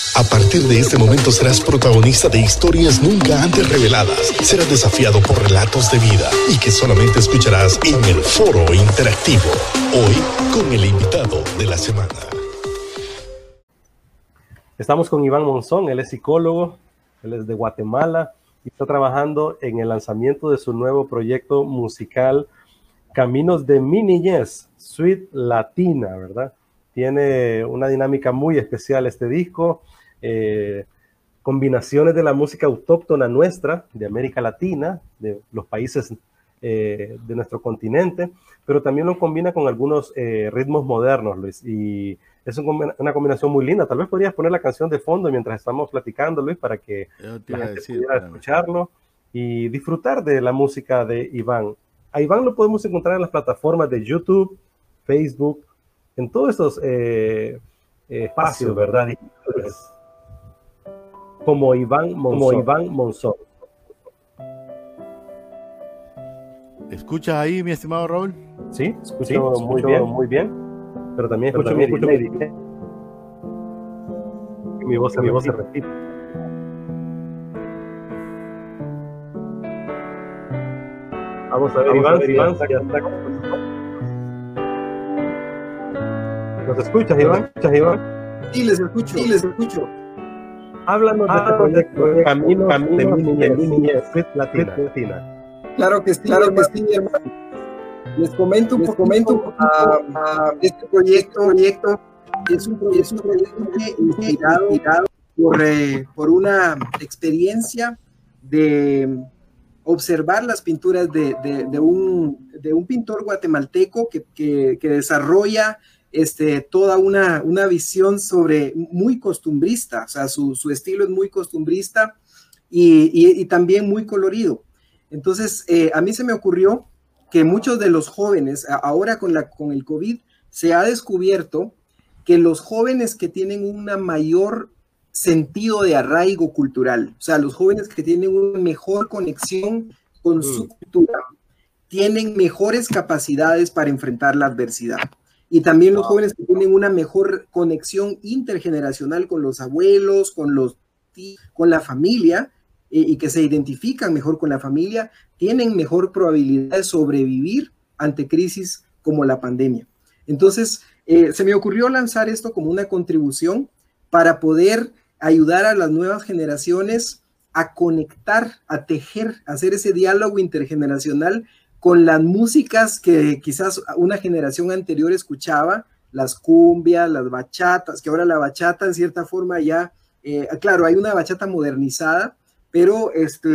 A partir de este momento serás protagonista de historias nunca antes reveladas. Serás desafiado por relatos de vida y que solamente escucharás en el Foro Interactivo. Hoy con el invitado de la semana. Estamos con Iván Monzón, él es psicólogo, él es de Guatemala y está trabajando en el lanzamiento de su nuevo proyecto musical Caminos de mi niñez, Sweet Latina, ¿verdad? Tiene una dinámica muy especial este disco, combinaciones de la música autóctona nuestra, de América Latina, de los países de nuestro continente, pero también lo combina con algunos ritmos modernos, Luis, y es una combinación muy linda. Tal vez podrías poner la canción de fondo mientras estamos platicando, Luis, para que la gente pudiera escucharlo y disfrutar de la música de Iván. A Iván lo podemos encontrar en las plataformas de YouTube, Facebook, en todos estos espacios, ¿verdad? Como Iván Monzón. ¿Escuchas ahí, mi estimado Raúl? Sí, escucho muy bien, pero también escucho mi voz se repite. Vamos a ver, Iván, ya está. ¿Nos escuchas, Iván? Sí, les escucho. Háblanos de este proyecto, Caminos de mi niñez, Latina. Claro que sí, hermano. Les comento un poco este proyecto. Es un proyecto inspirado por una experiencia de observar las pinturas de un pintor guatemalteco que desarrolla toda una visión muy costumbrista. O sea, su estilo es muy costumbrista y también muy colorido. Entonces, a mí se me ocurrió que muchos de los jóvenes, ahora con el COVID, se ha descubierto que los jóvenes que tienen una mayor sentido de arraigo cultural, o sea, los jóvenes que tienen una mejor conexión con su cultura, tienen mejores capacidades para enfrentar la adversidad. Y también los jóvenes que tienen una mejor conexión intergeneracional con los abuelos, con los tíos, con la familia, y que se identifican mejor con la familia, tienen mejor probabilidad de sobrevivir ante crisis como la pandemia. Entonces, se me ocurrió lanzar esto como una contribución para poder ayudar a las nuevas generaciones a conectar, a tejer, a hacer ese diálogo intergeneracional con las músicas que quizás una generación anterior escuchaba, las cumbias, las bachatas, que ahora la bachata en cierta forma ya, claro, hay una bachata modernizada, pero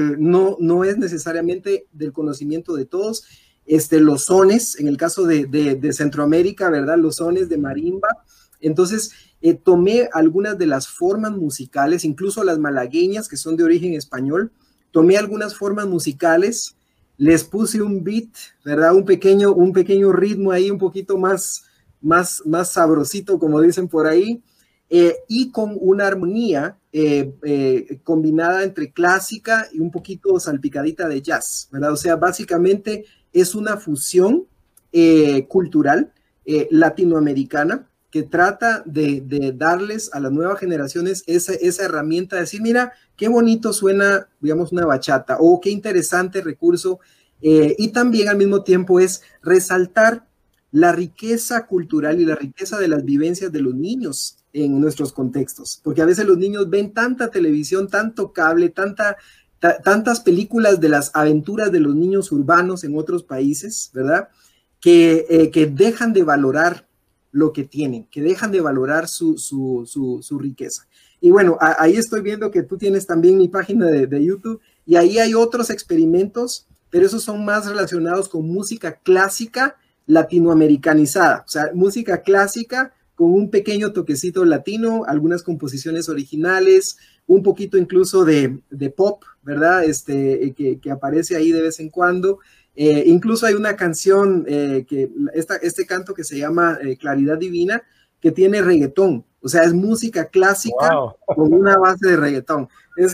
no es necesariamente del conocimiento de todos. Los sones, en el caso de Centroamérica, ¿verdad? Los sones de marimba. Entonces, tomé algunas de las formas musicales, incluso las malagueñas, que son de origen español, tomé algunas formas musicales, les puse un beat, ¿verdad? Un pequeño ritmo ahí, un poquito más sabrosito, como dicen por ahí, y con una armonía combinada entre clásica y un poquito salpicadita de jazz, ¿verdad? O sea, básicamente es una fusión cultural latinoamericana que trata de darles a las nuevas generaciones esa herramienta de decir, mira, qué bonito suena, digamos, una bachata, o qué interesante recurso, y también al mismo tiempo es resaltar la riqueza cultural y la riqueza de las vivencias de los niños en nuestros contextos, porque a veces los niños ven tanta televisión, tanto cable, tantas películas de las aventuras de los niños urbanos en otros países, ¿verdad? Que dejan de valorar lo que tienen, que dejan de valorar su riqueza. Y bueno, ahí estoy viendo que tú tienes también mi página de YouTube, y ahí hay otros experimentos, pero esos son más relacionados con música clásica latinoamericanizada, o sea, música clásica con un pequeño toquecito latino, algunas composiciones originales, un poquito incluso de pop, ¿verdad? Que aparece ahí de vez en cuando. Incluso hay una canción, este canto que se llama Claridad Divina, que tiene reggaetón, o sea, es música clásica con una base de reggaetón.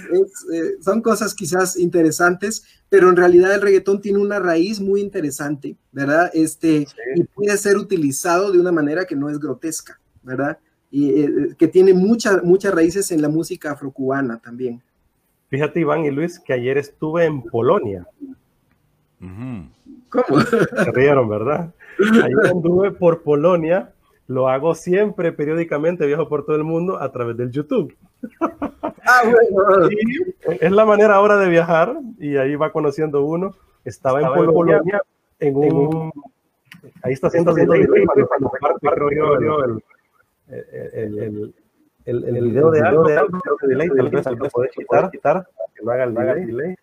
Son cosas quizás interesantes, pero en realidad el reggaetón tiene una raíz muy interesante, ¿verdad? Sí. Y puede ser utilizado de una manera que no es grotesca, ¿verdad? que tiene muchas raíces en la música afrocubana también. Fíjate, Iván y Luis, que ayer estuve en Polonia. ¿Cómo? Se rieron, ¿verdad? Ayer anduve por Polonia, lo hago siempre, periódicamente, viajo por todo el mundo a través del YouTube. Bueno. Y es la manera ahora de viajar, y ahí va conociendo uno. Estaba en Polonia, ahí está haciendo delay cuando parte, creo yo, el video de algo, creo que delay, tal vez lo puedes quitar, que no haga el delay.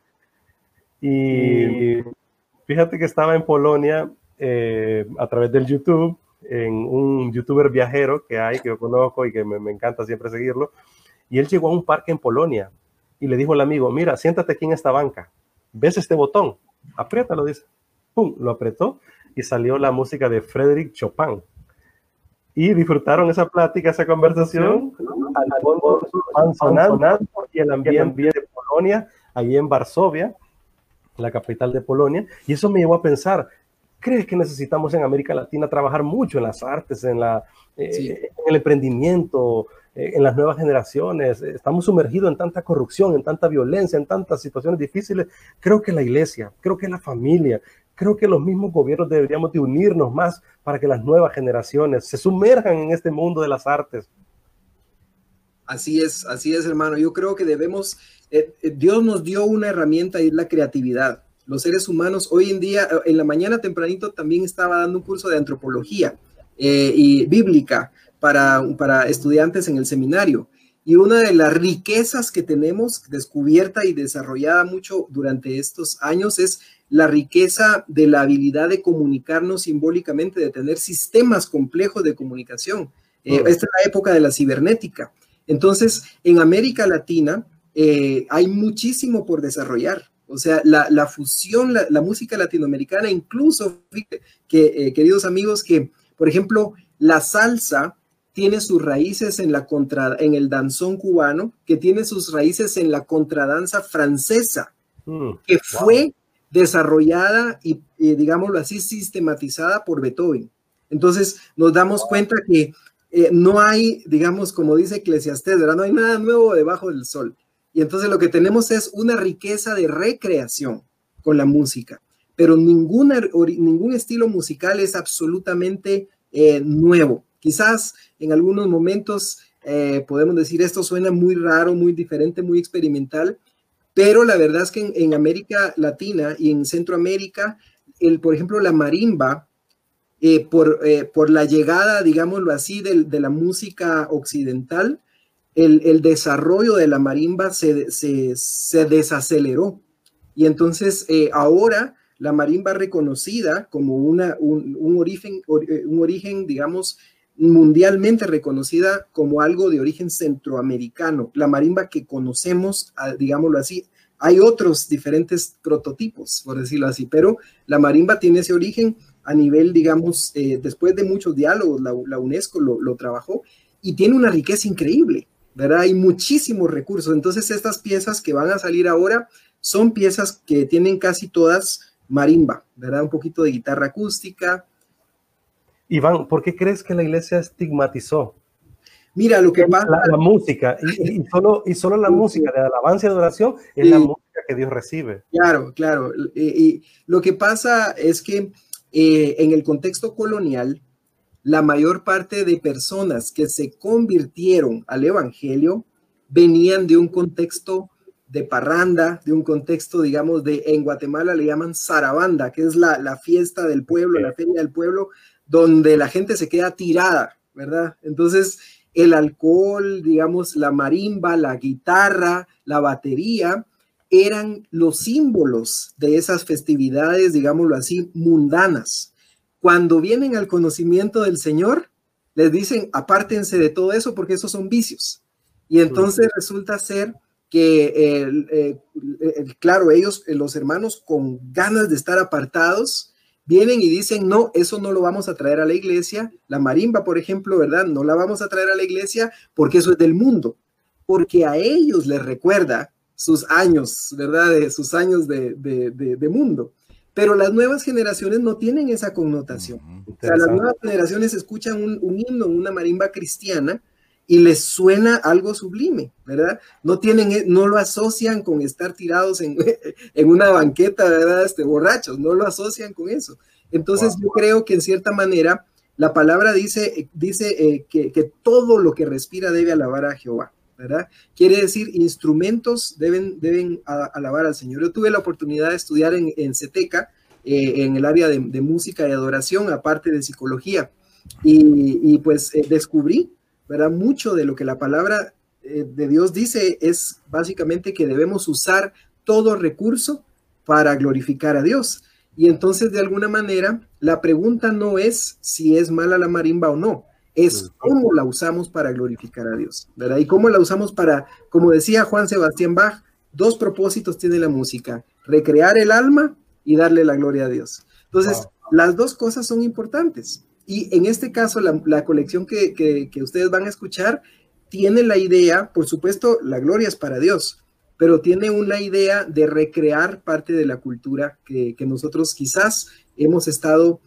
Y fíjate que estaba en Polonia a través del YouTube, en un youtuber viajero que yo conozco y que me encanta siempre seguirlo, y él llegó a un parque en Polonia y le dijo al amigo, mira, siéntate aquí en esta banca, ¿ves este botón? Apriétalo, dice. Pum, lo apretó y salió la música de Frédéric Chopin. Y disfrutaron esa plática, esa conversación, al fondo van sonando, y el ambiente de Polonia, allí en Varsovia, la capital de Polonia, y eso me llevó a pensar, ¿crees que necesitamos en América Latina trabajar mucho en las artes, en el emprendimiento, en las nuevas generaciones? Estamos sumergidos en tanta corrupción, en tanta violencia, en tantas situaciones difíciles. Creo que la iglesia, creo que la familia, creo que los mismos gobiernos deberíamos de unirnos más para que las nuevas generaciones se sumerjan en este mundo de las artes. Así es, hermano. Yo creo que debemos, Dios nos dio una herramienta y es la creatividad. Los seres humanos, hoy en día, en la mañana tempranito también estaba dando un curso de antropología y bíblica para estudiantes en el seminario. Y una de las riquezas que tenemos descubierta y desarrollada mucho durante estos años es la riqueza de la habilidad de comunicarnos simbólicamente, de tener sistemas complejos de comunicación. Esta es la época de la cibernética. Entonces, en América Latina hay muchísimo por desarrollar. O sea, la fusión, la música latinoamericana, incluso, queridos amigos, que, por ejemplo, la salsa tiene sus raíces en el danzón cubano, que tiene sus raíces en la contradanza francesa, que fue desarrollada y, digámoslo así, sistematizada por Beethoven. Entonces, nos damos cuenta que no hay, digamos, como dice Eclesiastés, ¿verdad? No hay nada nuevo debajo del sol. Y entonces lo que tenemos es una riqueza de recreación con la música, pero ningún estilo musical es absolutamente nuevo. Quizás en algunos momentos podemos decir esto suena muy raro, muy diferente, muy experimental, pero la verdad es que en América Latina y en Centroamérica, por ejemplo, la marimba, por la llegada, digámoslo así, de la música occidental, el desarrollo de la marimba se desaceleró. Y entonces ahora la marimba reconocida como un origen, digamos, mundialmente reconocida como algo de origen centroamericano. La marimba que conocemos, digámoslo así, hay otros diferentes prototipos, por decirlo así, pero la marimba tiene ese origen a nivel, digamos, después de muchos diálogos, la UNESCO lo trabajó y tiene una riqueza increíble, ¿verdad? Hay muchísimos recursos. Entonces estas piezas que van a salir ahora son piezas que tienen casi todas marimba, ¿verdad? Un poquito de guitarra acústica. Iván, ¿por qué crees que la iglesia estigmatizó? Mira, lo que pasa... La música, y solo la música de alabanza y adoración es la música que Dios recibe. Claro, claro. Y lo que pasa es que en el contexto colonial, la mayor parte de personas que se convirtieron al evangelio venían de un contexto de parranda, de un contexto, digamos, en Guatemala le llaman zarabanda, que es la fiesta del pueblo, la feria del pueblo, donde la gente se queda tirada, ¿verdad? Entonces, el alcohol, digamos, la marimba, la guitarra, la batería, eran los símbolos de esas festividades, digámoslo así, mundanas. Cuando vienen al conocimiento del Señor, les dicen, apártense de todo eso porque esos son vicios. Y entonces resulta ser que, claro, ellos, los hermanos, con ganas de estar apartados, vienen y dicen, no, eso no lo vamos a traer a la iglesia. La marimba, por ejemplo, ¿verdad? No la vamos a traer a la iglesia porque eso es del mundo. Porque a ellos les recuerda sus años, ¿verdad? Sus años de mundo. Pero las nuevas generaciones no tienen esa connotación. O sea, las nuevas generaciones escuchan un himno, una marimba cristiana, y les suena algo sublime, ¿verdad? No lo asocian con estar tirados en una banqueta, ¿verdad? Borrachos, no lo asocian con eso. Entonces yo creo que en cierta manera la palabra dice que todo lo que respira debe alabar a Jehová, ¿verdad? Quiere decir, instrumentos deben alabar al Señor. Yo tuve la oportunidad de estudiar en CETECA, en el área de música y adoración, aparte de psicología, y pues descubrí, ¿verdad? Mucho de lo que la palabra de Dios dice es básicamente que debemos usar todo recurso para glorificar a Dios. Y entonces, de alguna manera, la pregunta no es si es mala la marimba o no, es cómo la usamos para glorificar a Dios, ¿verdad? Y cómo la usamos para, como decía Juan Sebastián Bach, 2 propósitos tiene la música: recrear el alma y darle la gloria a Dios. Entonces, las 2 cosas son importantes. Y en este caso, la colección que ustedes van a escuchar tiene la idea, por supuesto, la gloria es para Dios, pero tiene una idea de recrear parte de la cultura que nosotros quizás hemos estado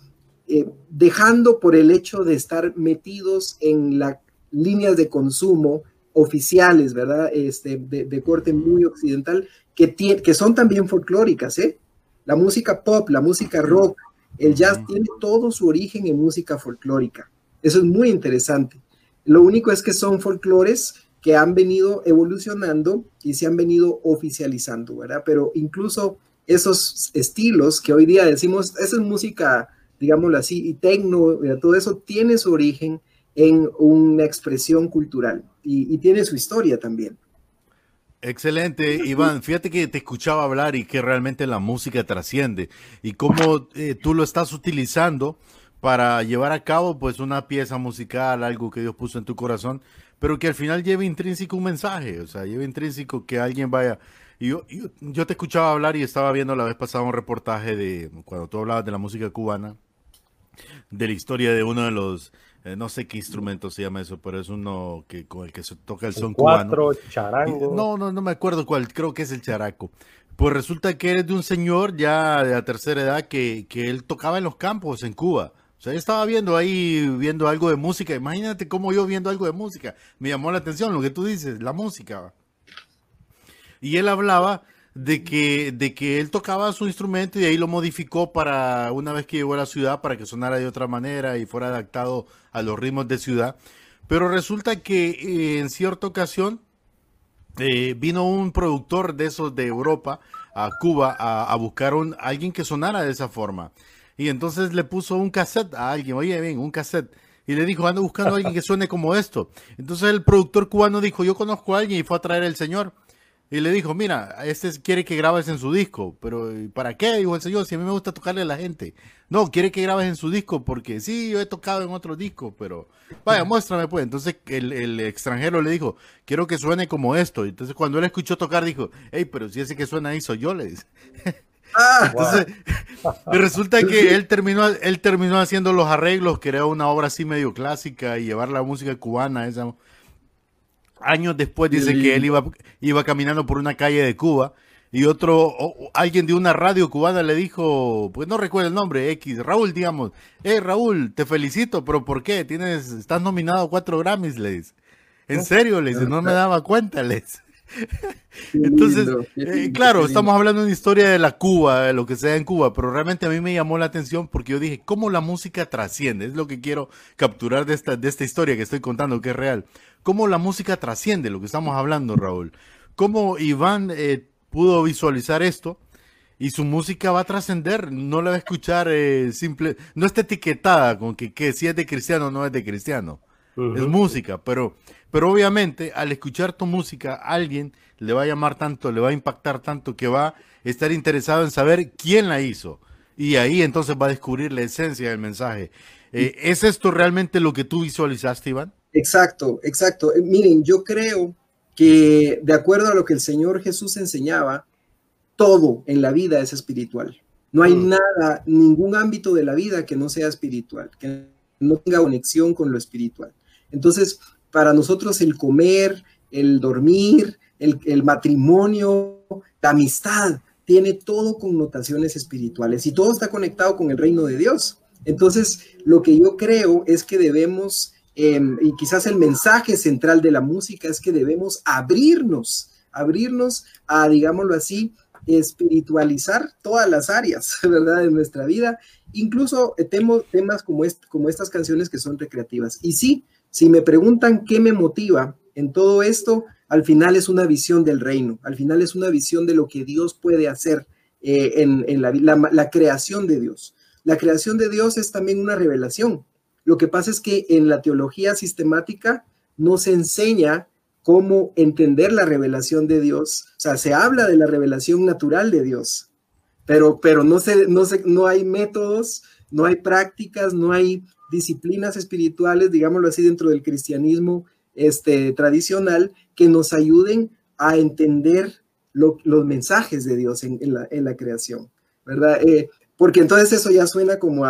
dejando por el hecho de estar metidos en las líneas de consumo oficiales, ¿verdad? De corte muy occidental, que son también folclóricas, ¿eh? La música pop, la música rock, el jazz tiene todo su origen en música folclórica. Eso es muy interesante. Lo único es que son folclores que han venido evolucionando y se han venido oficializando, ¿verdad? Pero incluso esos estilos que hoy día decimos, esa es música, digámoslo así, y tecno, todo eso tiene su origen en una expresión cultural y tiene su historia también. Excelente, Iván. Fíjate que te escuchaba hablar y que realmente la música trasciende y cómo tú lo estás utilizando para llevar a cabo pues una pieza musical, algo que Dios puso en tu corazón, pero que al final lleve intrínseco un mensaje, o sea, lleve intrínseco que alguien vaya. Y yo te escuchaba hablar y estaba viendo la vez pasada un reportaje de cuando tú hablabas de la música cubana, de la historia de uno de los no sé qué instrumento se llama eso, pero es uno que con el que se toca el son cubano. Charango. No me acuerdo cuál, creo que es el characo. Pues resulta que eres de un señor ya de la tercera edad que él tocaba en los campos en Cuba. O sea, yo estaba viendo algo de música. Imagínate cómo yo viendo algo de música. Me llamó la atención lo que tú dices, la música. Y él hablaba de que él tocaba su instrumento y ahí lo modificó para una vez que llegó a la ciudad para que sonara de otra manera y fuera adaptado a los ritmos de ciudad. Pero resulta que en cierta ocasión vino un productor de esos de Europa a Cuba a buscar alguien que sonara de esa forma. Y entonces le puso un cassette a alguien, oye bien, un cassette. Y le dijo, ando buscando a alguien que suene como esto. Entonces el productor cubano dijo, yo conozco a alguien y fue a traer al señor. Y le dijo, mira, quiere que grabes en su disco. Pero ¿para qué? Dijo el señor, si a mí me gusta tocarle a la gente. No, quiere que grabes en su disco porque sí, yo he tocado en otro disco, pero vaya, muéstrame pues. Entonces el extranjero le dijo, quiero que suene como esto. Entonces cuando él escuchó tocar dijo, hey, pero si ese que suena ahí soy yo, le dice. Entonces resulta que él terminó haciendo los arreglos, creó una obra así medio clásica y llevar la música cubana esa. Años después dice que él iba caminando por una calle de Cuba y alguien de una radio cubana le dijo, pues no recuerdo el nombre, Raúl, digamos, Raúl, te felicito, pero ¿por qué? Estás nominado a 4 Grammys, le dice. ¿En serio? Le dice, no me daba cuenta, le dice. Entonces, claro, estamos hablando de una historia de la Cuba, de lo que sea en Cuba, pero realmente a mí me llamó la atención porque yo dije, ¿cómo la música trasciende? Es lo que quiero capturar de esta historia que estoy contando, que es real. ¿Cómo la música trasciende lo que estamos hablando, Raúl? ¿Cómo Iván pudo visualizar esto? Y su música va a trascender, no la va a escuchar no está etiquetada con que si es de cristiano o no es de cristiano. Es música, pero obviamente al escuchar tu música, alguien le va a llamar tanto, le va a impactar tanto que va a estar interesado en saber quién la hizo. Y ahí entonces va a descubrir la esencia del mensaje. ¿Es esto realmente lo que tú visualizaste, Iván? Exacto. Miren, yo creo que de acuerdo a lo que el Señor Jesús enseñaba, todo en la vida es espiritual. No hay nada, ningún ámbito de la vida que no sea espiritual, que no tenga conexión con lo espiritual. Entonces, para nosotros el comer, el dormir, el matrimonio, la amistad, tiene todo connotaciones espirituales y todo está conectado con el reino de Dios. Entonces, lo que yo creo es que debemos y quizás el mensaje central de la música es que debemos abrirnos a, digámoslo así, espiritualizar todas las áreas, ¿verdad?, de nuestra vida, incluso temas como estas canciones que son recreativas. Y sí, si me preguntan qué me motiva en todo esto, al final es una visión del reino, al final es una visión de lo que Dios puede hacer en la creación de Dios. La creación de Dios es también una revelación. Lo que pasa es que en la teología sistemática no se enseña cómo entender la revelación de Dios. O sea, se habla de la revelación natural de Dios, pero no hay métodos, no hay prácticas, no hay disciplinas espirituales, digámoslo así, dentro del cristianismo tradicional, que nos ayuden a entender los mensajes de Dios en la creación, ¿verdad? Porque entonces eso ya suena como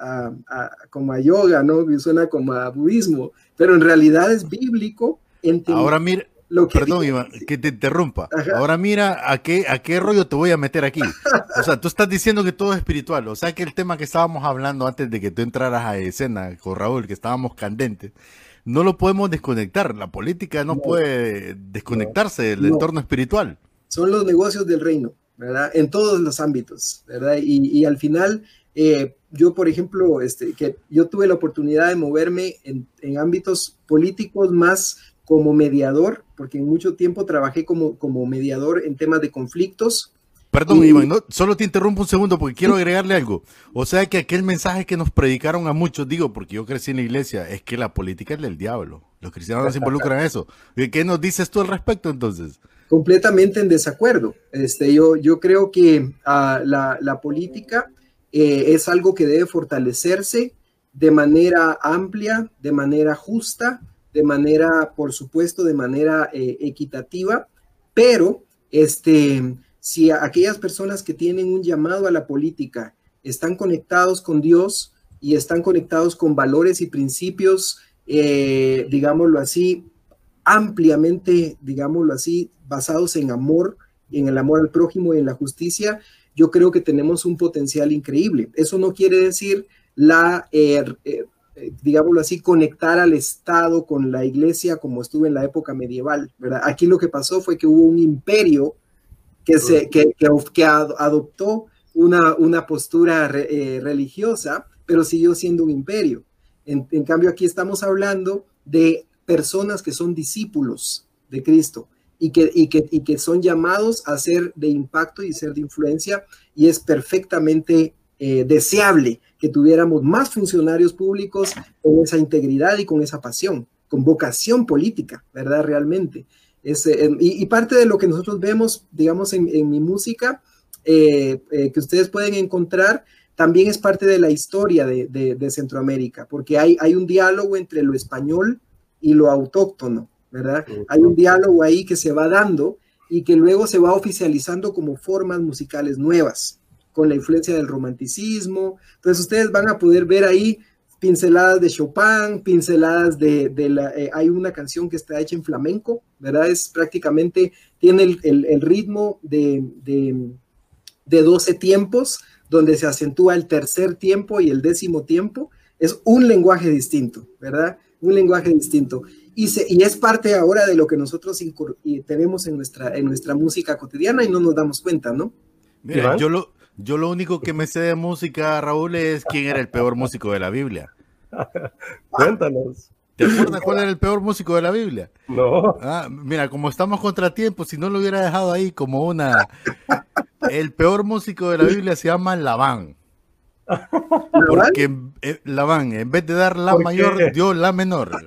a yoga, ¿no? Suena como a budismo, pero en realidad es bíblico. Ahora mira, perdón, Iván, que te interrumpa. Ajá. Ahora mira a qué rollo te voy a meter aquí. O sea, tú estás diciendo que todo es espiritual. O sea, que el tema que estábamos hablando antes de que tú entraras a escena con Raúl, que estábamos candentes, no lo podemos desconectar. La política no puede desconectarse del entorno espiritual. Son los negocios del reino, ¿verdad? En todos los ámbitos, ¿verdad? Y al final, yo, por ejemplo, que yo tuve la oportunidad de moverme en ámbitos políticos más como mediador, porque en mucho tiempo trabajé como mediador en temas de conflictos. Perdón, Iván, no, solo te interrumpo un segundo porque quiero agregarle algo. O sea que aquel mensaje que nos predicaron a muchos, digo, porque yo crecí en la iglesia, es que la política es del diablo. Los cristianos no se involucran en eso. ¿Qué nos dices tú al respecto entonces? Completamente en desacuerdo. Yo creo que la política es algo que debe fortalecerse de manera amplia, de manera justa, de manera, por supuesto, de manera equitativa, pero si aquellas personas que tienen un llamado a la política están conectados con Dios y están conectados con valores y principios, digámoslo así, ampliamente, digámoslo así, basados en amor, en el amor al prójimo y en la justicia, yo creo que tenemos un potencial increíble. Eso no quiere decir digámoslo así, conectar al Estado con la iglesia como estuvo en la época medieval, ¿verdad? Aquí lo que pasó fue que hubo un imperio que adoptó una postura religiosa, pero siguió siendo un imperio. En cambio, aquí estamos hablando de personas que son discípulos de Cristo y que son llamados a ser de impacto y ser de influencia, y es perfectamente deseable que tuviéramos más funcionarios públicos con esa integridad y con esa pasión, con vocación política, ¿verdad? Realmente. Y parte de lo que nosotros vemos, digamos, en mi música, que ustedes pueden encontrar, también es parte de la historia de Centroamérica, porque hay un diálogo entre lo español y lo autóctono, ¿verdad? Hay un diálogo ahí que se va dando y que luego se va oficializando como formas musicales nuevas, con la influencia del romanticismo. Entonces ustedes van a poder ver ahí pinceladas de Chopin, pinceladas hay una canción que está hecha en flamenco, ¿verdad? Es prácticamente, tiene el ritmo de 12 tiempos, donde se acentúa el tercer tiempo y el 10º tiempo. Es un lenguaje distinto, ¿verdad? Un lenguaje distinto. Y es parte ahora de lo que nosotros tenemos en nuestra música cotidiana y no nos damos cuenta, ¿no? Mira, yo lo único que me sé de música, Raúl, es quién era el peor músico de la Biblia. Cuéntanos. ¿Te acuerdas cuál era el peor músico de la Biblia? No. Mira, como estamos contratiempo, si no lo hubiera dejado ahí como una... El peor músico de la Biblia se llama Labán. Porque Labán, en vez de dar la mayor, dio la menor.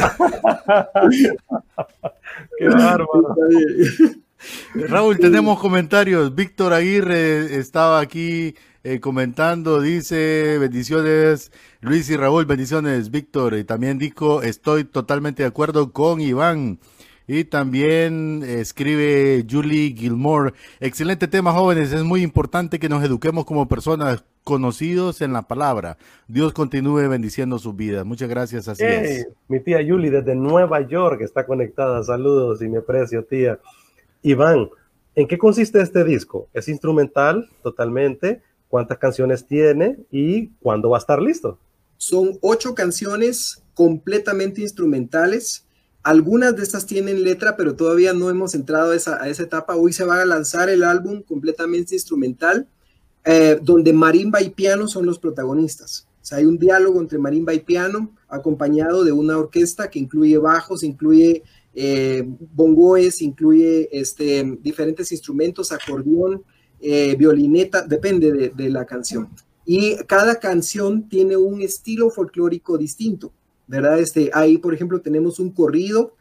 Qué bárbaro. Raúl, tenemos comentarios. Víctor Aguirre estaba aquí comentando, dice: bendiciones Luis y Raúl, bendiciones Víctor, y también dijo: estoy totalmente de acuerdo con Iván. Y también escribe Julie Gilmore: excelente tema, jóvenes, es muy importante que nos eduquemos como personas conocidos en la palabra. Dios continúe bendiciendo sus vidas. Muchas gracias, así es. Mi tía Julie desde Nueva York está conectada, saludos y mi aprecio, tía. Iván, ¿en qué consiste este disco? ¿Es instrumental totalmente? ¿Cuántas canciones tiene y cuándo va a estar listo? Son 8 canciones completamente instrumentales. Algunas de estas tienen letra, pero todavía no hemos entrado a esa etapa. Hoy se va a lanzar el álbum completamente instrumental, donde marimba y piano son los protagonistas. O sea, hay un diálogo entre marimba y piano, acompañado de una orquesta que incluye bajos, incluye bongoes, incluye diferentes instrumentos, acordeón, violineta, depende de la canción. Y cada canción tiene un estilo folclórico distinto, ¿verdad? Ahí, por ejemplo, tenemos un corrido,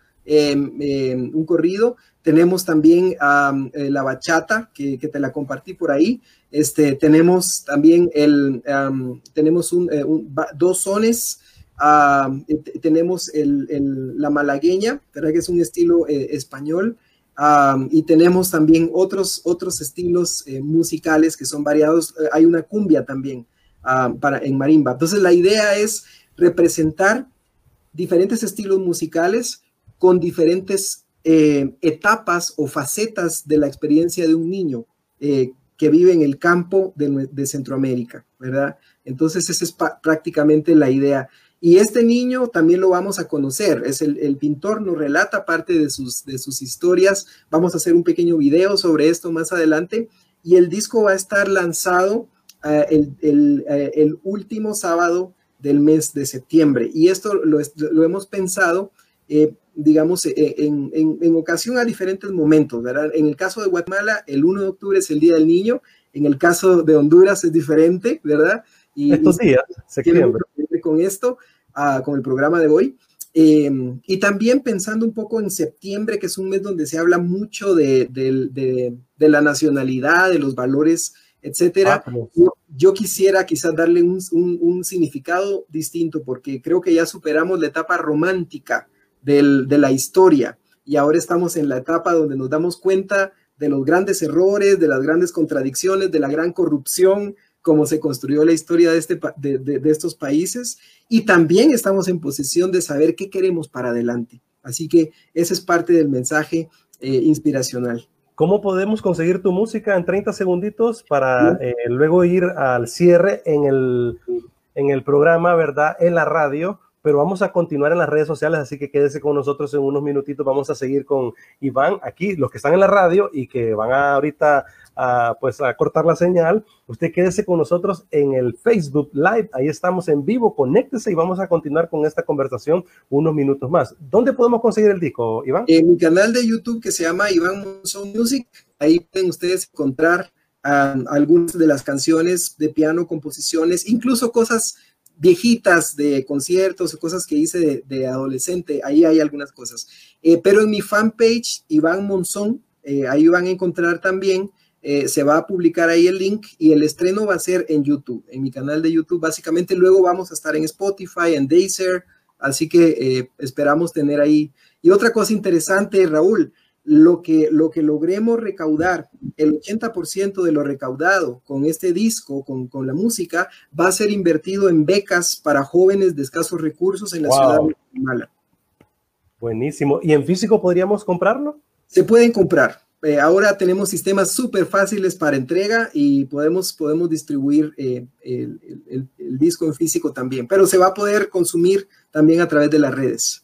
tenemos también la bachata, que te la compartí por ahí, tenemos también tenemos dos sones, tenemos la malagueña, ¿verdad? Que es un estilo español, y tenemos también otros estilos musicales que son variados. Hay una cumbia también en marimba. Entonces la idea es representar diferentes estilos musicales con diferentes etapas o facetas de la experiencia de un niño que vive en el campo de Centroamérica, ¿verdad? Entonces esa es prácticamente la idea. Y este niño también lo vamos a conocer, el pintor nos relata parte de sus historias. Vamos a hacer un pequeño video sobre esto más adelante, y el disco va a estar lanzado el último sábado del mes de septiembre, y esto lo hemos pensado, digamos, en ocasión a diferentes momentos, ¿verdad? En el caso de Guatemala, el 1 de octubre es el Día del Niño. En el caso de Honduras es diferente, ¿verdad? Estos días, septiembre. Con esto, con el programa de hoy. Y también pensando un poco en septiembre, que es un mes donde se habla mucho de la nacionalidad, de los valores, etcétera. Yo quisiera quizás darle un significado distinto, porque creo que ya superamos la etapa romántica de la historia, y ahora estamos en la etapa donde nos damos cuenta de los grandes errores, de las grandes contradicciones, de la gran corrupción, cómo se construyó la historia de estos países, y también estamos en posesión de saber qué queremos para adelante. Así que ese es parte del mensaje inspiracional. ¿Cómo podemos conseguir tu música en 30 segunditos para luego ir al cierre en el programa, ¿verdad? En la radio, pero vamos a continuar en las redes sociales, así que quédese con nosotros en unos minutitos. Vamos a seguir con Iván aquí, los que están en la radio y que van ahorita a cortar la señal. Usted quédese con nosotros en el Facebook Live, ahí estamos en vivo, conéctese y vamos a continuar con esta conversación unos minutos más. ¿Dónde podemos conseguir el disco, Iván? En mi canal de YouTube, que se llama Iván Monzón Music. Ahí pueden ustedes encontrar algunas de las canciones de piano, composiciones, incluso cosas viejitas de conciertos o cosas que hice de adolescente. Ahí hay algunas cosas. Pero en mi fanpage, Iván Monzón, ahí van a encontrar también, se va a publicar ahí el link, y el estreno va a ser en YouTube, en mi canal de YouTube. Básicamente luego vamos a estar en Spotify, en Deezer, así que esperamos tener ahí. Y otra cosa interesante, Raúl, lo que logremos recaudar, el 80% de lo recaudado con este disco, con la música, va a ser invertido en becas para jóvenes de escasos recursos en la ciudad de Guatemala. Buenísimo. ¿Y en físico podríamos comprarlo? Se pueden comprar. Ahora tenemos sistemas súper fáciles para entrega y podemos distribuir el disco en físico también, pero se va a poder consumir también a través de las redes.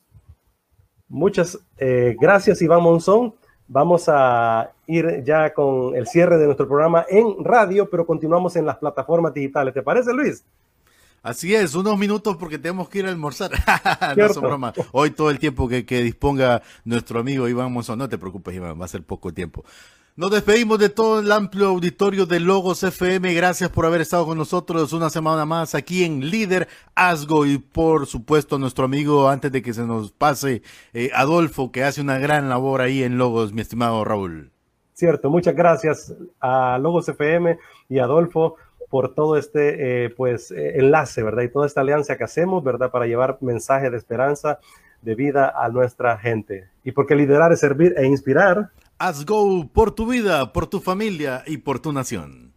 Muchas gracias, Iván Monzón. Vamos a ir ya con el cierre de nuestro programa en radio, pero continuamos en las plataformas digitales. ¿Te parece, Luis? Así es, unos minutos porque tenemos que ir a almorzar. No es broma. Hoy todo el tiempo que disponga nuestro amigo Iván Monzón. No te preocupes, Iván, va a ser poco tiempo. Nos despedimos de todo el amplio auditorio de Logos FM. Gracias por haber estado con nosotros una semana más aquí en Líder Asgo, y por supuesto nuestro amigo, antes de que se nos pase, Adolfo, que hace una gran labor ahí en Logos, mi estimado Raúl. Cierto, muchas gracias a Logos FM y Adolfo por todo este enlace, ¿verdad? Y toda esta alianza que hacemos, ¿verdad? Para llevar mensajes de esperanza, de vida a nuestra gente. Y porque liderar es servir e inspirar. Asgo, por tu vida, por tu familia y por tu nación.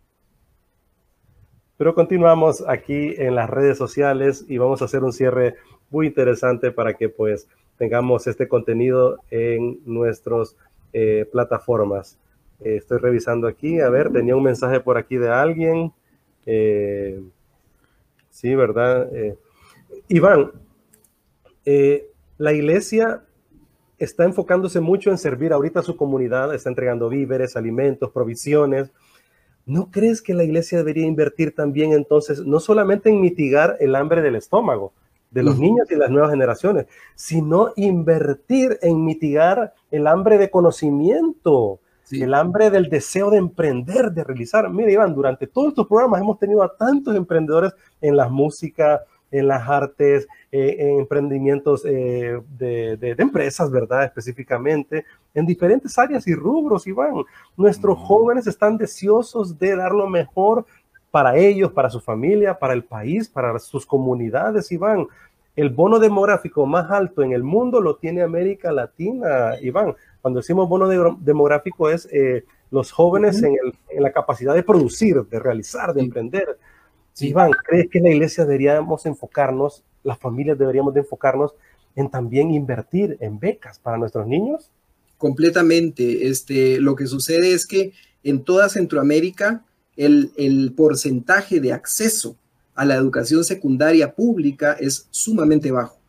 Pero continuamos aquí en las redes sociales y vamos a hacer un cierre muy interesante para que pues tengamos este contenido en nuestras plataformas. Estoy revisando aquí, a ver, tenía un mensaje por aquí de alguien. Sí, ¿verdad? Iván, La iglesia está enfocándose mucho en servir ahorita a su comunidad, está entregando víveres, alimentos, provisiones. ¿No crees que la iglesia debería invertir también entonces, no solamente en mitigar el hambre del estómago de los niños y las nuevas generaciones, sino invertir en mitigar el hambre de conocimiento, el hambre del deseo de emprender, de realizar? Mira, Iván, durante todos estos programas hemos tenido a tantos emprendedores en la música, en las artes, en emprendimientos de empresas, ¿verdad? Específicamente, en diferentes áreas y rubros, Iván. Nuestros jóvenes están deseosos de dar lo mejor para ellos, para su familia, para el país, para sus comunidades, Iván. El bono demográfico más alto en el mundo lo tiene América Latina, Iván. Cuando decimos bono demográfico es los jóvenes en la capacidad de producir, de realizar, de emprender. Iván, ¿crees que en la iglesia deberíamos enfocarnos, las familias deberíamos de enfocarnos en también invertir en becas para nuestros niños? Completamente. Lo que sucede es que en toda Centroamérica el porcentaje de acceso a la educación secundaria pública es sumamente bajo.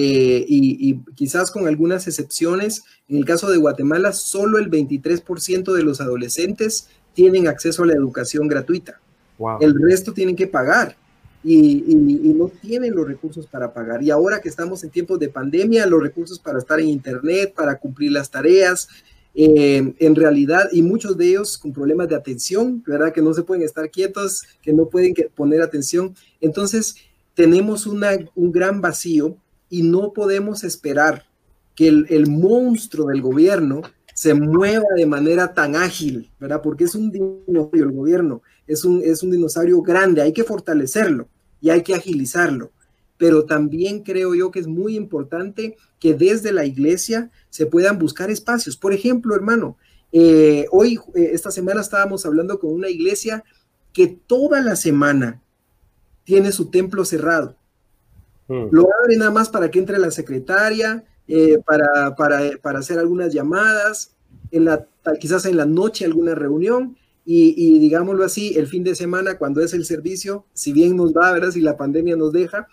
Y quizás con algunas excepciones, en el caso de Guatemala, solo el 23% de los adolescentes tienen acceso a la educación gratuita. Wow. El resto tienen que pagar y no tienen los recursos para pagar. Y ahora que estamos en tiempos de pandemia, los recursos para estar en internet, para cumplir las tareas, en realidad, y muchos de ellos con problemas de atención, ¿verdad? Que no se pueden estar quietos, que no pueden poner atención. Entonces, tenemos un gran vacío y no podemos esperar que el monstruo del gobierno se mueva de manera tan ágil, ¿verdad? Porque es un dinosaurio el gobierno, es un dinosaurio grande, hay que fortalecerlo y hay que agilizarlo. Pero también creo yo que es muy importante que desde la iglesia se puedan buscar espacios. Por ejemplo, hermano, esta semana estábamos hablando con una iglesia que toda la semana tiene su templo cerrado. Lo abre nada más para que entre la secretaria, para hacer algunas llamadas, quizás en la noche alguna reunión, y digámoslo así, el fin de semana cuando es el servicio, si bien nos va, ¿verdad? Si la pandemia nos deja,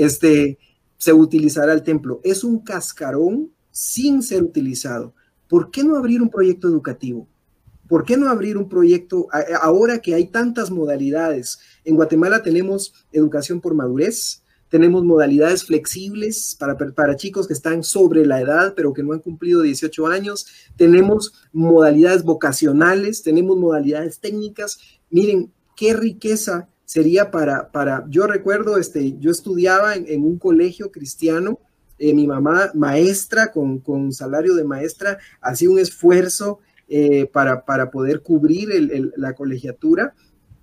se utilizará el templo. Es un cascarón sin ser utilizado. ¿Por qué no abrir un proyecto educativo? ¿Por qué no abrir un proyecto ahora que hay tantas modalidades? En Guatemala tenemos educación por madurez, tenemos modalidades flexibles para chicos que están sobre la edad, pero que no han cumplido 18 años. Tenemos modalidades vocacionales, tenemos modalidades técnicas. Miren, qué riqueza sería yo recuerdo, yo estudiaba en un colegio cristiano, mi mamá maestra, con salario de maestra, hacía un esfuerzo para poder cubrir la colegiatura.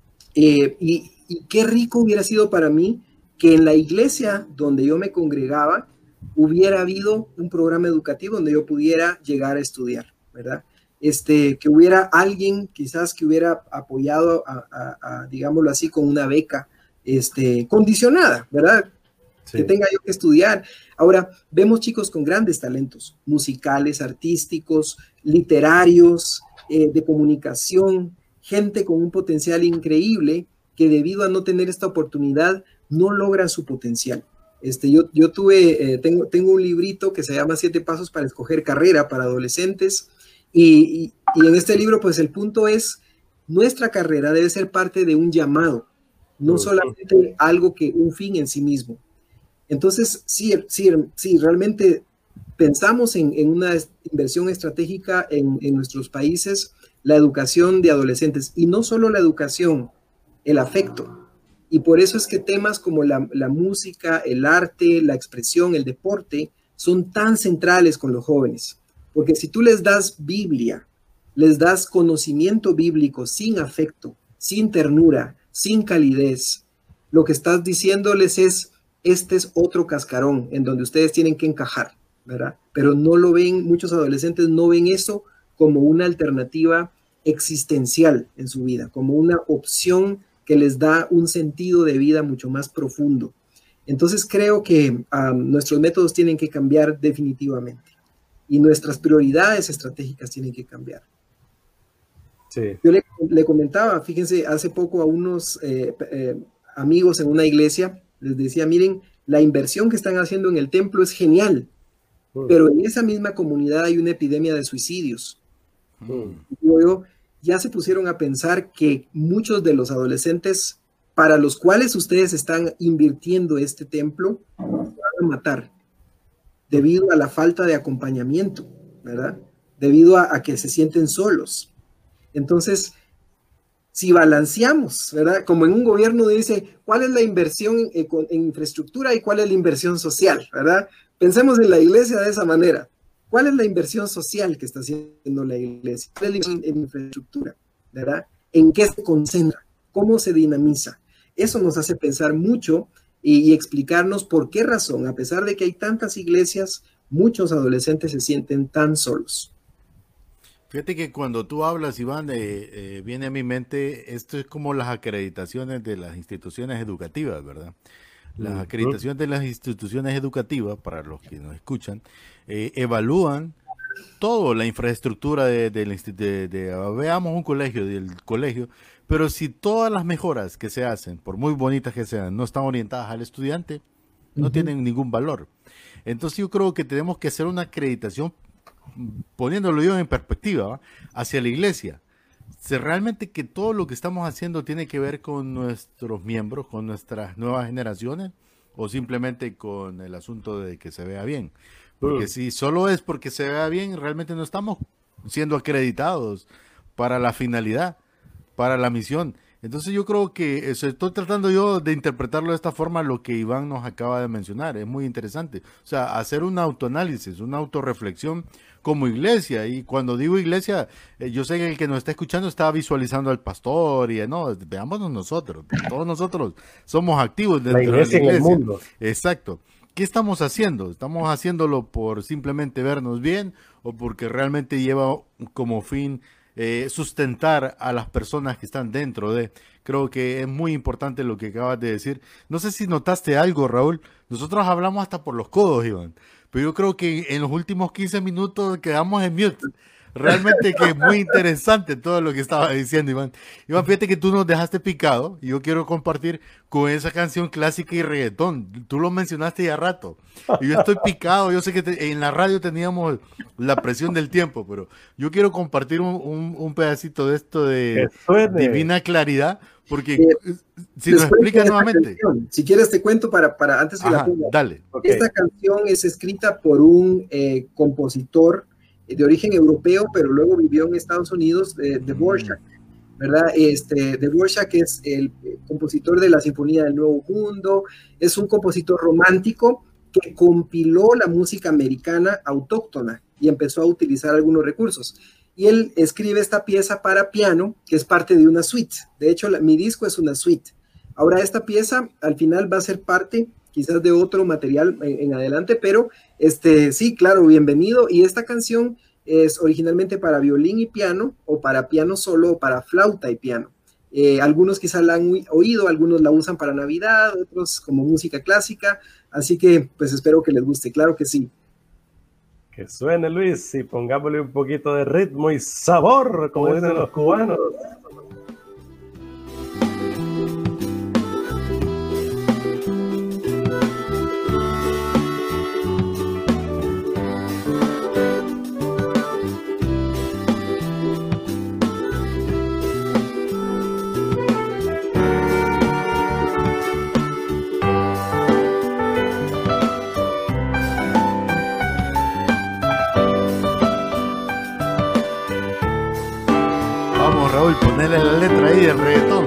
Y qué rico hubiera sido para mí que en la iglesia donde yo me congregaba hubiera habido un programa educativo donde yo pudiera llegar a estudiar, ¿verdad? Que hubiera alguien quizás que hubiera apoyado digámoslo así, con una beca condicionada, ¿verdad? Sí. Que tenga yo que estudiar. Ahora, vemos chicos con grandes talentos musicales, artísticos, literarios, de comunicación, gente con un potencial increíble que debido a no tener esta oportunidad no logran su potencial. Yo tengo un librito que se llama 7 pasos para escoger carrera para adolescentes y en este libro pues el punto es, nuestra carrera debe ser parte de un llamado, no solamente algo un fin en sí mismo. Entonces, sí, realmente pensamos en una inversión estratégica en nuestros países, la educación de adolescentes, y no solo la educación, el afecto. Y por eso es que temas como la música, el arte, la expresión, el deporte, son tan centrales con los jóvenes. Porque si tú les das Biblia, les das conocimiento bíblico sin afecto, sin ternura, sin calidez, lo que estás diciéndoles es, este es otro cascarón en donde ustedes tienen que encajar, ¿verdad? Pero no lo ven, muchos adolescentes no ven eso como una alternativa existencial en su vida, como una opción que les da un sentido de vida mucho más profundo. Entonces creo que nuestros métodos tienen que cambiar definitivamente y nuestras prioridades estratégicas tienen que cambiar. Sí. Yo le comentaba, fíjense, hace poco a unos amigos en una iglesia, les decía, miren, la inversión que están haciendo en el templo es genial, pero en esa misma comunidad hay una epidemia de suicidios. Luego ya se pusieron a pensar que muchos de los adolescentes para los cuales ustedes están invirtiendo este templo se van a matar debido a la falta de acompañamiento, ¿verdad? Debido a que se sienten solos. Entonces, si balanceamos, ¿verdad? Como en un gobierno dice, ¿cuál es la inversión en infraestructura y cuál es la inversión social, ¿verdad? Pensemos en la iglesia de esa manera. ¿Cuál es la inversión social que está haciendo la iglesia? ¿Cuál es la inversión en infraestructura, ¿verdad? ¿En qué se concentra? ¿Cómo se dinamiza? Eso nos hace pensar mucho y explicarnos por qué razón, a pesar de que hay tantas iglesias, muchos adolescentes se sienten tan solos. Fíjate que cuando tú hablas, Iván, viene a mi mente, esto es como las acreditaciones de las instituciones educativas, ¿verdad? Las acreditaciones de las instituciones educativas, para los que nos escuchan, evalúan toda la infraestructura veamos un colegio, del colegio, pero si todas las mejoras que se hacen, por muy bonitas que sean, no están orientadas al estudiante, no tienen ningún valor. Entonces yo creo que tenemos que hacer una acreditación, poniéndolo yo en perspectiva, ¿va?, hacia la iglesia. Si realmente que todo lo que estamos haciendo tiene que ver con nuestros miembros, con nuestras nuevas generaciones, o simplemente con el asunto de que se vea bien. Porque si solo es porque se vea bien, realmente no estamos siendo acreditados para la finalidad, para la misión. Entonces yo creo que estoy tratando yo de interpretarlo de esta forma, lo que Iván nos acaba de mencionar. Es muy interesante. O sea, hacer un autoanálisis, una autorreflexión como iglesia. Y cuando digo iglesia, yo sé que el que nos está escuchando está visualizando al pastor y no, veámonos nosotros. Todos nosotros somos activos dentro de la iglesia. En el mundo. Exacto. ¿Qué estamos haciendo? ¿Estamos haciéndolo por simplemente vernos bien o porque realmente lleva como fin sustentar a las personas que están dentro de? Creo que es muy importante lo que acabas de decir. No sé si notaste algo, Raúl. Nosotros hablamos hasta por los codos, Iván, pero yo creo que en los últimos 15 minutos quedamos en mute. Realmente que es muy interesante todo lo que estaba diciendo, Iván. Iván, fíjate que tú nos dejaste picado y yo quiero compartir con esa canción clásica y reggaetón. Tú lo mencionaste ya rato. Y yo estoy picado. Yo sé que en la radio teníamos la presión del tiempo, pero yo quiero compartir un pedacito de esto de Divina Claridad, porque si nos explica nuevamente. Canción, si quieres te cuento para antes que la ponga. Dale. Esta canción es escrita por un compositor de origen europeo, pero luego vivió en Estados Unidos, de Dvorak, ¿verdad? Dvorak es el compositor de la Sinfonía del Nuevo Mundo, es un compositor romántico que compiló la música americana autóctona y empezó a utilizar algunos recursos. Y él escribe esta pieza para piano, que es parte de una suite. De hecho, mi disco es una suite. Ahora, esta pieza al final va a ser parte quizás de otro material en adelante, pero sí, claro, bienvenido. Y esta canción es originalmente para violín y piano, o para piano solo, o para flauta y piano. Algunos quizás la han oído, algunos la usan para Navidad, otros como música clásica, así que pues espero que les guste, claro que sí. Que suene, Luis, y pongámosle un poquito de ritmo y sabor, como dicen los cubanos. Raúl, ponerle la letra ahí del reggaetón.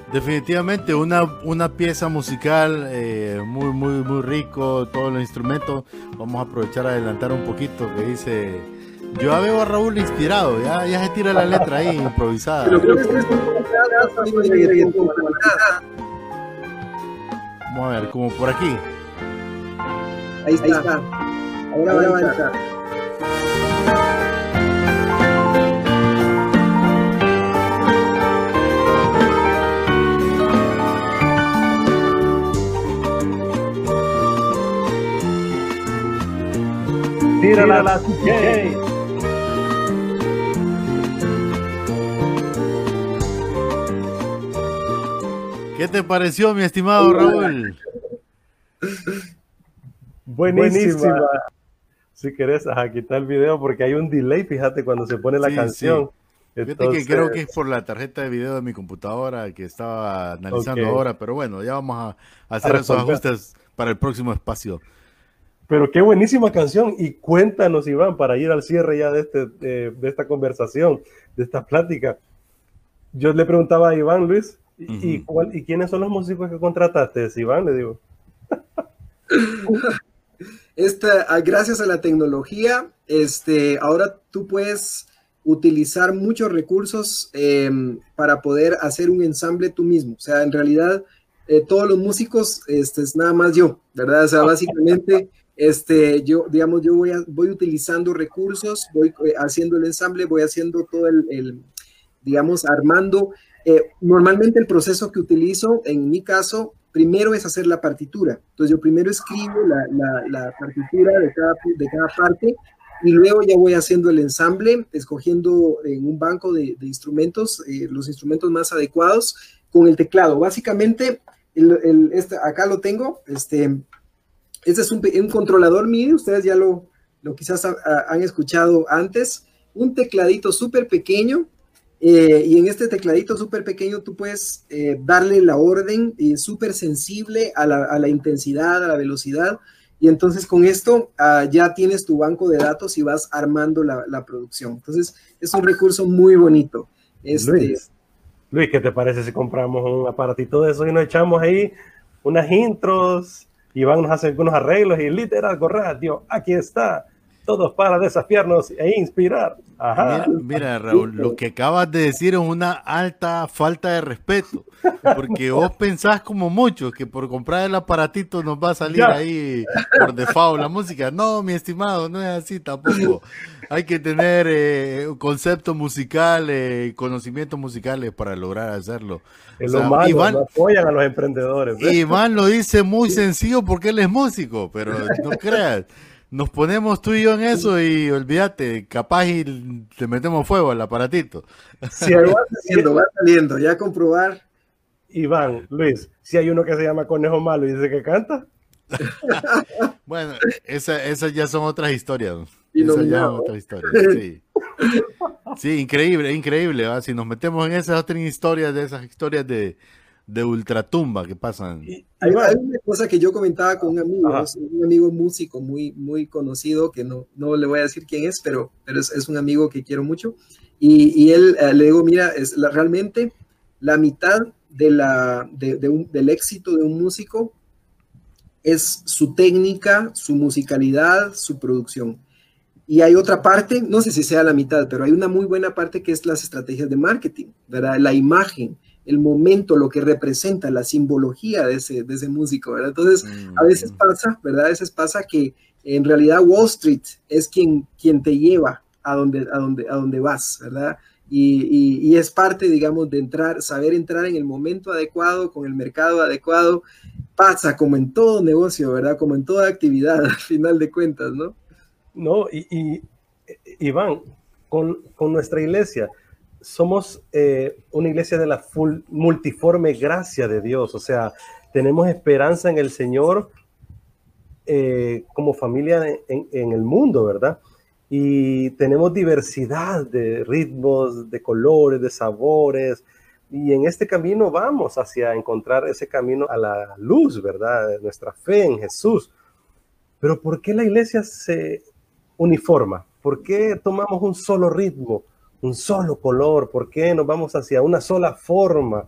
Definitivamente una pieza musical muy rico, todos los instrumentos. Vamos a aprovechar a adelantar un poquito que dice, yo ya veo a Raúl inspirado, ya se tira la letra ahí improvisada. Pero creo que es Vamos a ver, como por aquí. Ahí está. Ahora va a avanzar. Tírala la TK. ¿Qué te pareció, mi estimado Raúl? Buenísima. Si querés, quitar el video porque hay un delay, fíjate, cuando se pone la canción. Sí. Fíjate que creo que es por la tarjeta de video de mi computadora que estaba analizando ahora, pero bueno, ya vamos a hacer esos ajustes para el próximo espacio. Pero qué buenísima canción. Y cuéntanos, Iván, para ir al cierre ya de esta conversación, de esta plática. Yo le preguntaba a Iván, Luis, ¿y quiénes son los músicos que contrataste, Iván? Le digo. Gracias a la tecnología, ahora tú puedes utilizar muchos recursos para poder hacer un ensamble tú mismo. O sea, en realidad, todos los músicos, es nada más yo, ¿verdad? O sea, básicamente, yo voy utilizando recursos, voy haciendo el ensamble, voy haciendo todo digamos, armando. Normalmente el proceso que utilizo, en mi caso, primero es hacer la partitura. Entonces yo primero escribo la partitura de cada parte y luego ya voy haciendo el ensamble, escogiendo en un banco de instrumentos, los instrumentos más adecuados con el teclado. Básicamente, acá lo tengo, este es un controlador MIDI, ustedes ya lo quizás han escuchado antes, un tecladito súper pequeño. Y en este tecladito súper pequeño tú puedes darle la orden súper sensible a la intensidad, a la velocidad, y entonces con esto ya tienes tu banco de datos y vas armando la producción. Entonces es un recurso muy bonito. Luis, ¿qué te parece si compramos un aparatito de eso y nos echamos ahí unas intros y Iván nos hace algunos arreglos y literal, correa, tío, aquí está. Todos para desafiarnos e inspirar. Ajá. Mira, Raúl, lo que acabas de decir es una alta falta de respeto, porque vos pensás como muchos que por comprar el aparatito nos va a salir ahí por default la música. No, mi estimado, no es así tampoco. Hay que tener concepto musical, conocimientos musicales para lograr hacerlo. Es lo malo, Iván, no apoyan a los emprendedores. Iván lo dice muy sencillo porque él es músico, pero no creas. Nos ponemos tú y yo en eso y olvídate, capaz y le metemos fuego al aparatito. Sí, va saliendo, ya comprobar. Iván, Luis, si hay uno que se llama Conejo Malo y dice que canta. Bueno, esas ya son otras historias. Sí, increíble. ¿Va? Si nos metemos en esas otras historias, de esas historias de ultratumba que pasan. Hay una cosa que yo comentaba con un amigo músico muy conocido, que no le voy a decir quién es, pero es un amigo que quiero mucho, y él le digo, mira, realmente la mitad del éxito de un músico es su técnica, su musicalidad, su producción. Y hay otra parte, no sé si sea la mitad, pero hay una muy buena parte que es las estrategias de marketing, ¿verdad? La imagen, el momento, lo que representa, la simbología de ese músico, ¿verdad? Entonces, a veces pasa, ¿verdad? A veces pasa que en realidad Wall Street es quien te lleva a donde vas, ¿verdad? Y es parte, digamos, de saber entrar en el momento adecuado, con el mercado adecuado. Pasa como en todo negocio, ¿verdad? Como en toda actividad, al final de cuentas, ¿no? No, y Iván, con nuestra iglesia, somos una iglesia de la multiforme gracia de Dios, o sea, tenemos esperanza en el Señor como familia en el mundo, ¿verdad? Y tenemos diversidad de ritmos, de colores, de sabores, y en este camino vamos hacia encontrar ese camino a la luz, ¿verdad? De nuestra fe en Jesús. Pero ¿por qué la iglesia se uniforma? ¿Por qué tomamos un solo ritmo, un solo color? ¿Por qué nos vamos hacia una sola forma?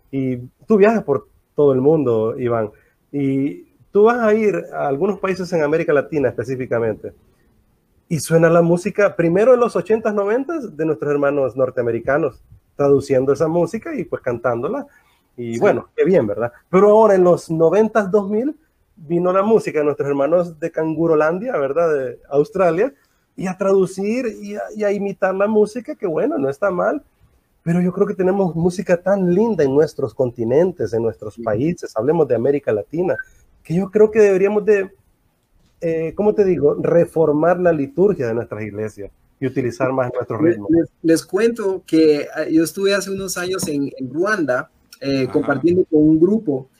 Y tú viajas por todo el mundo, Iván, y tú vas a ir a algunos países en América Latina específicamente, y suena la música, primero en los 80s, 90s, de nuestros hermanos norteamericanos, traduciendo esa música y pues cantándola. Y sí, bueno, qué bien, ¿verdad? Pero ahora en los 90s, 2000, vino la música de nuestros hermanos de Cangurolandia, ¿verdad? De Australia, y a traducir y a imitar la música, que bueno, no está mal. Pero yo creo que tenemos música tan linda en nuestros continentes, en nuestros países, hablemos de América Latina, que yo creo que deberíamos de, ¿cómo te digo?, reformar la liturgia de nuestras iglesias y utilizar más nuestros ritmos. Les cuento que yo estuve hace unos años en Ruanda compartiendo con un grupo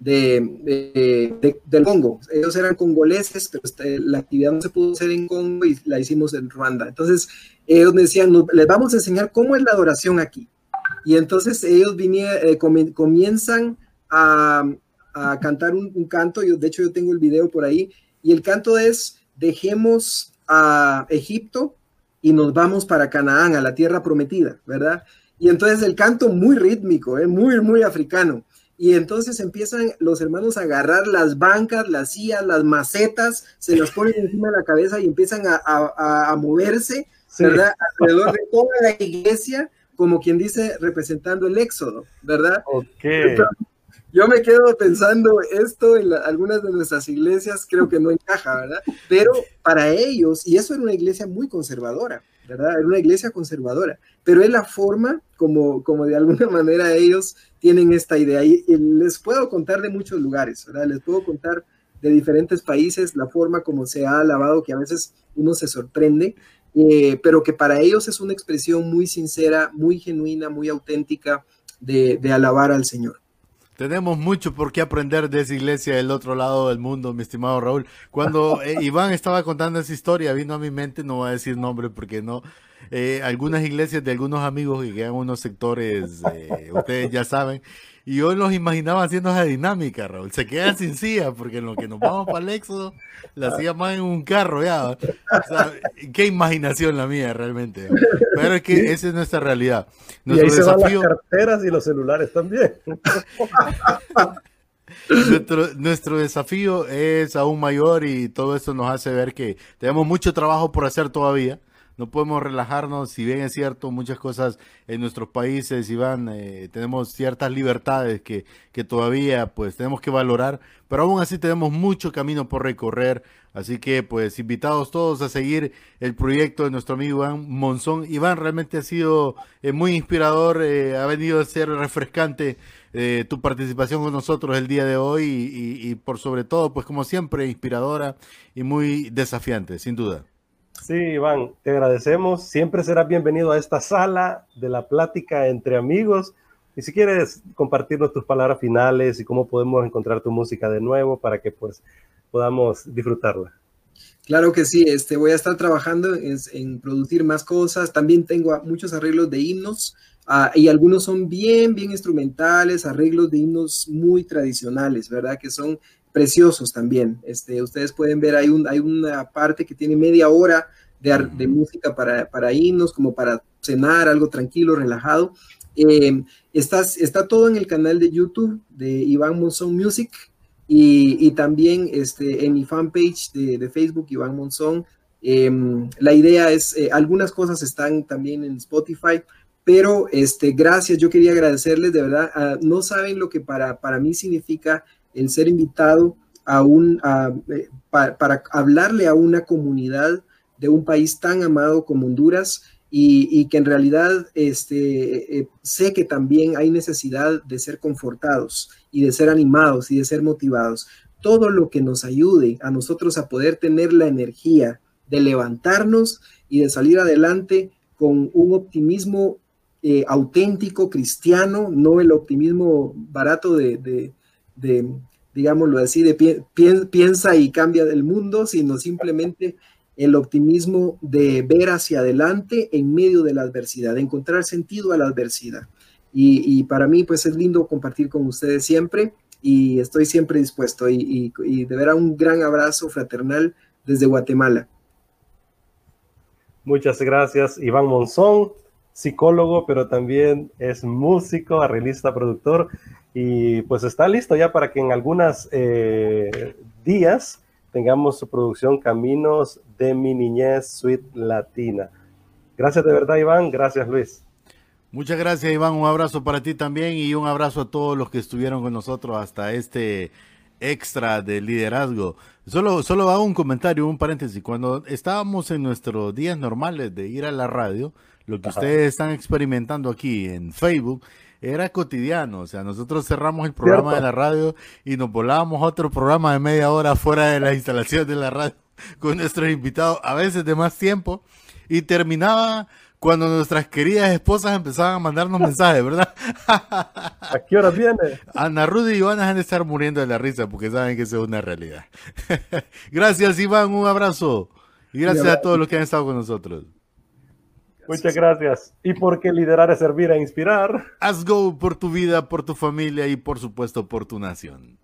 del Congo. Ellos eran congoleses, pero la actividad no se pudo hacer en Congo y la hicimos en Ruanda. Entonces, ellos me decían, les vamos a enseñar cómo es la adoración aquí. Y entonces ellos comienzan a cantar un canto. De hecho, yo tengo el video por ahí. Y el canto es, dejemos a Egipto y nos vamos para Canaán, a la tierra prometida, ¿verdad? Y entonces el canto muy rítmico, muy, muy africano. Y entonces empiezan los hermanos a agarrar las bancas, las sillas, las macetas, se las ponen encima de la cabeza y empiezan a moverse, ¿verdad? Sí. Alrededor de toda la iglesia, como quien dice, representando el éxodo, ¿verdad? Ok. Entonces, yo me quedo pensando esto en algunas de nuestras iglesias, creo que no encaja, ¿verdad? Pero para ellos, y eso era una iglesia muy conservadora, ¿verdad? Era una iglesia conservadora, pero es la forma como de alguna manera ellos tienen esta idea. Y les puedo contar de muchos lugares, ¿verdad? Les puedo contar de diferentes países la forma como se ha alabado, que a veces uno se sorprende, pero que para ellos es una expresión muy sincera, muy genuina, muy auténtica de alabar al Señor. Tenemos mucho por qué aprender de esa iglesia del otro lado del mundo, mi estimado Raúl. Cuando Iván estaba contando esa historia, vino a mi mente, no voy a decir nombre porque no, algunas iglesias de algunos amigos que quedan unos sectores, ustedes ya saben, y yo los imaginaba haciendo esa dinámica, Raúl. Se quedan sin silla porque en lo que nos vamos para el éxodo, la silla más en un carro ya. O sea, qué imaginación la mía realmente. Pero es que esa es nuestra realidad. Nuestro y ahí desafío... se van las carteras y los celulares también. Nuestro desafío es aún mayor y todo esto nos hace ver que tenemos mucho trabajo por hacer todavía. No podemos relajarnos, si bien es cierto, muchas cosas en nuestros países, Iván, tenemos ciertas libertades que todavía pues tenemos que valorar, pero aún así tenemos mucho camino por recorrer, así que pues invitados todos a seguir el proyecto de nuestro amigo Iván Monzón. Iván, realmente ha sido muy inspirador, ha venido a ser refrescante tu participación con nosotros el día de hoy y por sobre todo, pues como siempre, inspiradora y muy desafiante, sin duda. Sí, Iván, te agradecemos. Siempre serás bienvenido a esta sala de la plática entre amigos. Y si quieres compartirnos tus palabras finales y cómo podemos encontrar tu música de nuevo para que pues podamos disfrutarla. Claro que sí, voy a estar trabajando en producir más cosas. También tengo muchos arreglos de himnos y algunos son bien instrumentales, arreglos de himnos muy tradicionales, ¿verdad? Que son preciosos también. Ustedes pueden ver, hay una parte que tiene media hora de música para himnos, como para cenar, algo tranquilo, relajado. Está todo en el canal de YouTube de Iván Monzón Music y también en mi fanpage de Facebook, Iván Monzón. La idea es, algunas cosas están también en Spotify, pero gracias, yo quería agradecerles, de verdad, no saben lo que para mí significa el ser invitado para hablarle a una comunidad de un país tan amado como Honduras y que en realidad sé que también hay necesidad de ser confortados y de ser animados y de ser motivados. Todo lo que nos ayude a nosotros a poder tener la energía de levantarnos y de salir adelante con un optimismo auténtico, cristiano, no el optimismo barato digámoslo así, de piensa y cambia del mundo, sino simplemente el optimismo de ver hacia adelante en medio de la adversidad, de encontrar sentido a la adversidad. Y para mí, pues es lindo compartir con ustedes siempre y estoy siempre dispuesto y de veras un gran abrazo fraternal desde Guatemala. Muchas gracias, Iván Monzón. psicólogo, pero también es músico, arreglista, productor, y pues está listo ya para que en algunos días tengamos su producción Caminos de mi niñez Suite Latina. Gracias de verdad, Iván. Gracias, Luis. Muchas gracias, Iván. Un abrazo para ti también y un abrazo a todos los que estuvieron con nosotros hasta este extra de liderazgo. Solo hago un comentario, un paréntesis. Cuando estábamos en nuestros días normales de ir a la radio, lo que ustedes están experimentando aquí en Facebook era cotidiano. O sea, nosotros cerramos el programa de la radio y nos volábamos a otro programa de media hora fuera de la instalación de la radio con nuestros invitados, a veces de más tiempo, y terminaba cuando nuestras queridas esposas empezaban a mandarnos mensajes, ¿verdad? ¿A qué hora viene? Ana Rudy y Iván han de estar muriendo de la risa porque saben que eso es una realidad. Gracias, Iván, un abrazo. Y gracias a todos los que han estado con nosotros. Muchas gracias. Y porque liderar es servir e inspirar. Haz go por tu vida, por tu familia y por supuesto por tu nación.